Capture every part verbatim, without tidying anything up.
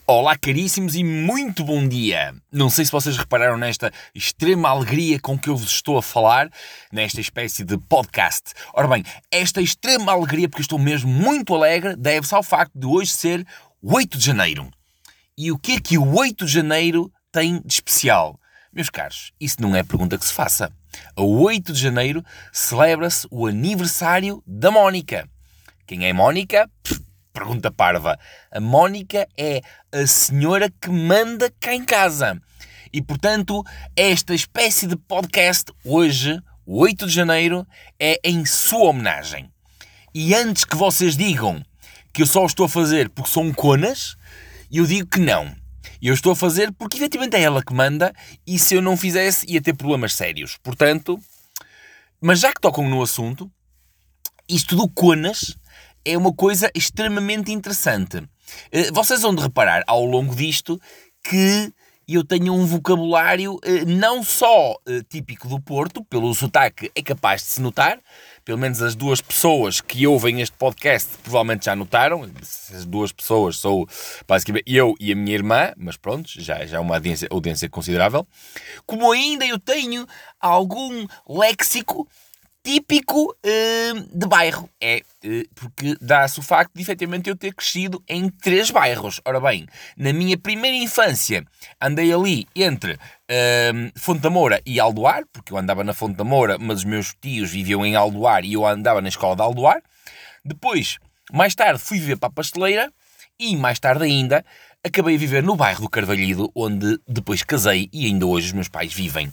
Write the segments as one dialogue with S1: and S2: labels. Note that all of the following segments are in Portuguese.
S1: Olá caríssimos e muito bom dia! Não sei se vocês repararam nesta extrema alegria com que eu vos estou a falar, nesta espécie de podcast. Ora bem, esta extrema alegria, porque eu estou mesmo muito alegre, deve-se ao facto de hoje ser oito de janeiro. E o que é que o oito de janeiro tem de especial? Meus caros, isso não é pergunta que se faça. A oito de janeiro celebra-se o aniversário da Mónica. Quem é Mónica? Pff, pergunta parva. A Mónica é a senhora que manda cá em casa. E, portanto, esta espécie de podcast, hoje, oito de janeiro, é em sua homenagem. E antes que vocês digam que eu só o estou a fazer porque sou um conas, eu digo que não. Eu estou a fazer porque, efetivamente, é ela que manda e se eu não fizesse ia ter problemas sérios. Portanto, mas já que tocam no assunto, isto do conas é uma coisa extremamente interessante. Vocês vão de reparar ao longo disto que eu tenho um vocabulário não só típico do Porto, pelo sotaque é capaz de se notar, pelo menos as duas pessoas que ouvem este podcast provavelmente já notaram, as duas pessoas sou basicamente eu e a minha irmã, mas pronto, já, já é uma audiência, audiência considerável, como ainda eu tenho algum léxico típico uh, de bairro. É uh, porque dá-se o facto de, efetivamente, eu ter crescido em três bairros. Ora bem, na minha primeira infância andei ali entre uh, Fonte da Moura e Aldoar, porque eu andava na Fonte da Moura, mas os meus tios viviam em Aldoar e eu andava na escola de Aldoar. Depois, mais tarde, fui viver para a Pasteleira e, mais tarde ainda, acabei a viver no bairro do Carvalhido, onde depois casei e ainda hoje os meus pais vivem.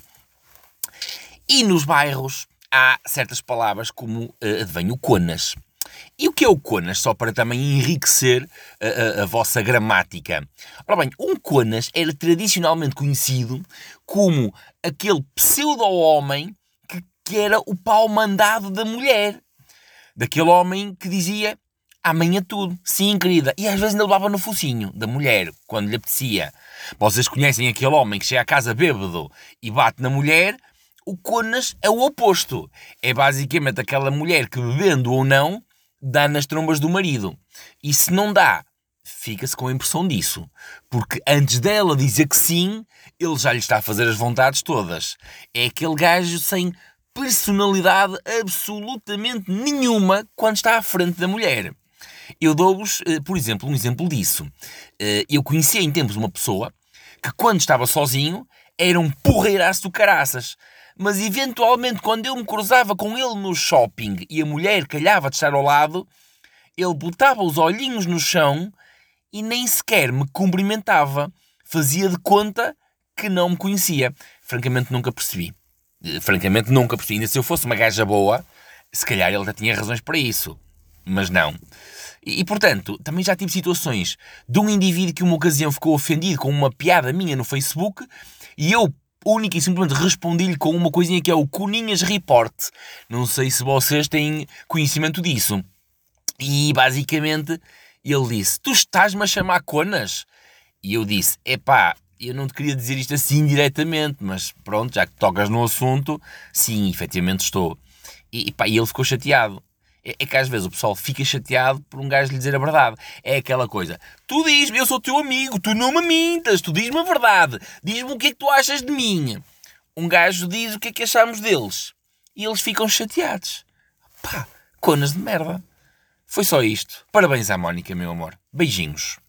S1: E nos bairros há certas palavras como, uh, advenho, o conas. E o que é o conas? Só para também enriquecer a, a, a vossa gramática. Ora bem, um conas era tradicionalmente conhecido como aquele pseudo-homem que, que era o pau mandado da mulher. Daquele homem que dizia amanhã tudo. Sim, querida. E às vezes ainda levava no focinho da mulher, quando lhe apetecia. Vocês conhecem aquele homem que chega à casa bêbado e bate na mulher? O conas é o oposto. É basicamente aquela mulher que, bebendo ou não, dá nas trombas do marido. E se não dá, fica-se com a impressão disso. Porque antes dela dizer que sim, ele já lhe está a fazer as vontades todas. É aquele gajo sem personalidade absolutamente nenhuma quando está à frente da mulher. Eu dou-vos, por exemplo, um exemplo disso. Eu conhecia em tempos uma pessoa que, quando estava sozinho, era um porreiraço do caraças. Mas, eventualmente, quando eu me cruzava com ele no shopping e a mulher calhava de estar ao lado, ele botava os olhinhos no chão e nem sequer me cumprimentava. Fazia de conta que não me conhecia. Francamente, nunca percebi. Francamente, nunca percebi. Ainda se eu fosse uma gaja boa, se calhar ele já tinha razões para isso. Mas não. E, e, portanto, também já tive situações de um indivíduo que, uma ocasião, ficou ofendido com uma piada minha no Facebook e eu, única e simplesmente, respondi-lhe com uma coisinha que é o Coninhas Report. Não sei se vocês têm conhecimento disso. E, basicamente, ele disse, tu estás-me a chamar conas? E eu disse, epá, eu não te queria dizer isto assim diretamente, mas pronto, já que tocas no assunto, sim, efetivamente estou. E, epá, e ele ficou chateado. É que às vezes o pessoal fica chateado por um gajo lhe dizer a verdade. É aquela coisa. Tu diz-me, eu sou teu amigo, tu não me mintas, tu diz-me a verdade. Diz-me o que é que tu achas de mim. Um gajo diz o que é que achamos deles. E eles ficam chateados. Pá, conas de merda. Foi só isto. Parabéns à Mónica, meu amor. Beijinhos.